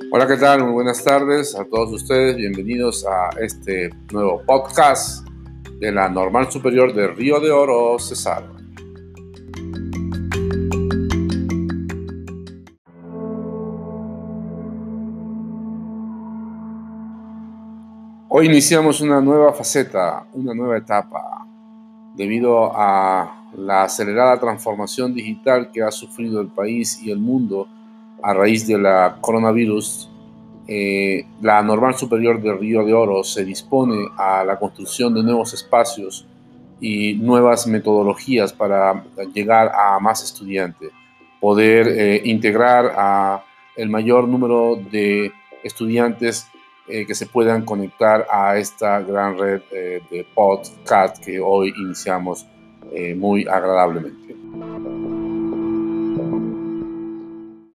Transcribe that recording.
Hola, ¿qué tal? Muy buenas tardes a todos ustedes. Bienvenidos a este nuevo podcast de la Normal Superior de Río de Oro, Cesar. Hoy iniciamos una nueva faceta, una nueva etapa, debido a la acelerada transformación digital que ha sufrido el país y el mundo a raíz de la coronavirus. La Normal Superior de Río de Oro se dispone a la construcción de nuevos espacios y nuevas metodologías para llegar a más estudiantes, poder integrar a el mayor número de estudiantes que se puedan conectar a esta gran red de podcast que hoy iniciamos muy agradablemente.